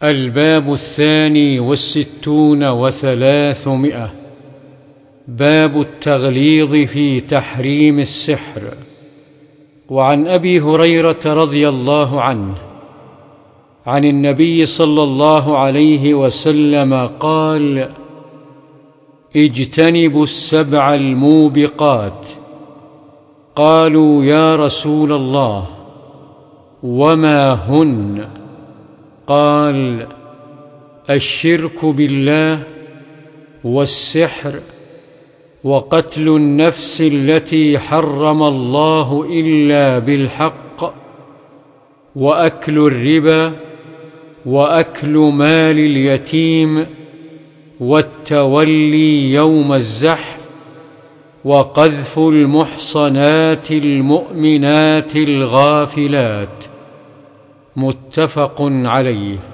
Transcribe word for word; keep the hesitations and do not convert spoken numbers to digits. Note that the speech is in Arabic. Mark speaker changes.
Speaker 1: الباب الثاني والستون وثلاثمائة. باب التغليظ في تحريم السحر. وعن أبي هريرة رضي الله عنه عن النبي صلى الله عليه وسلم قال: اجتنبوا السبع الموبقات. قالوا: يا رسول الله، وما هن؟ قال: الشرك بالله، والسحر، وقتل النفس التي حرم الله إلا بالحق، وأكل الربا، وأكل مال اليتيم، والتولي يوم الزحف، وقذف المحصنات المؤمنات الغافلات. متفق عليه.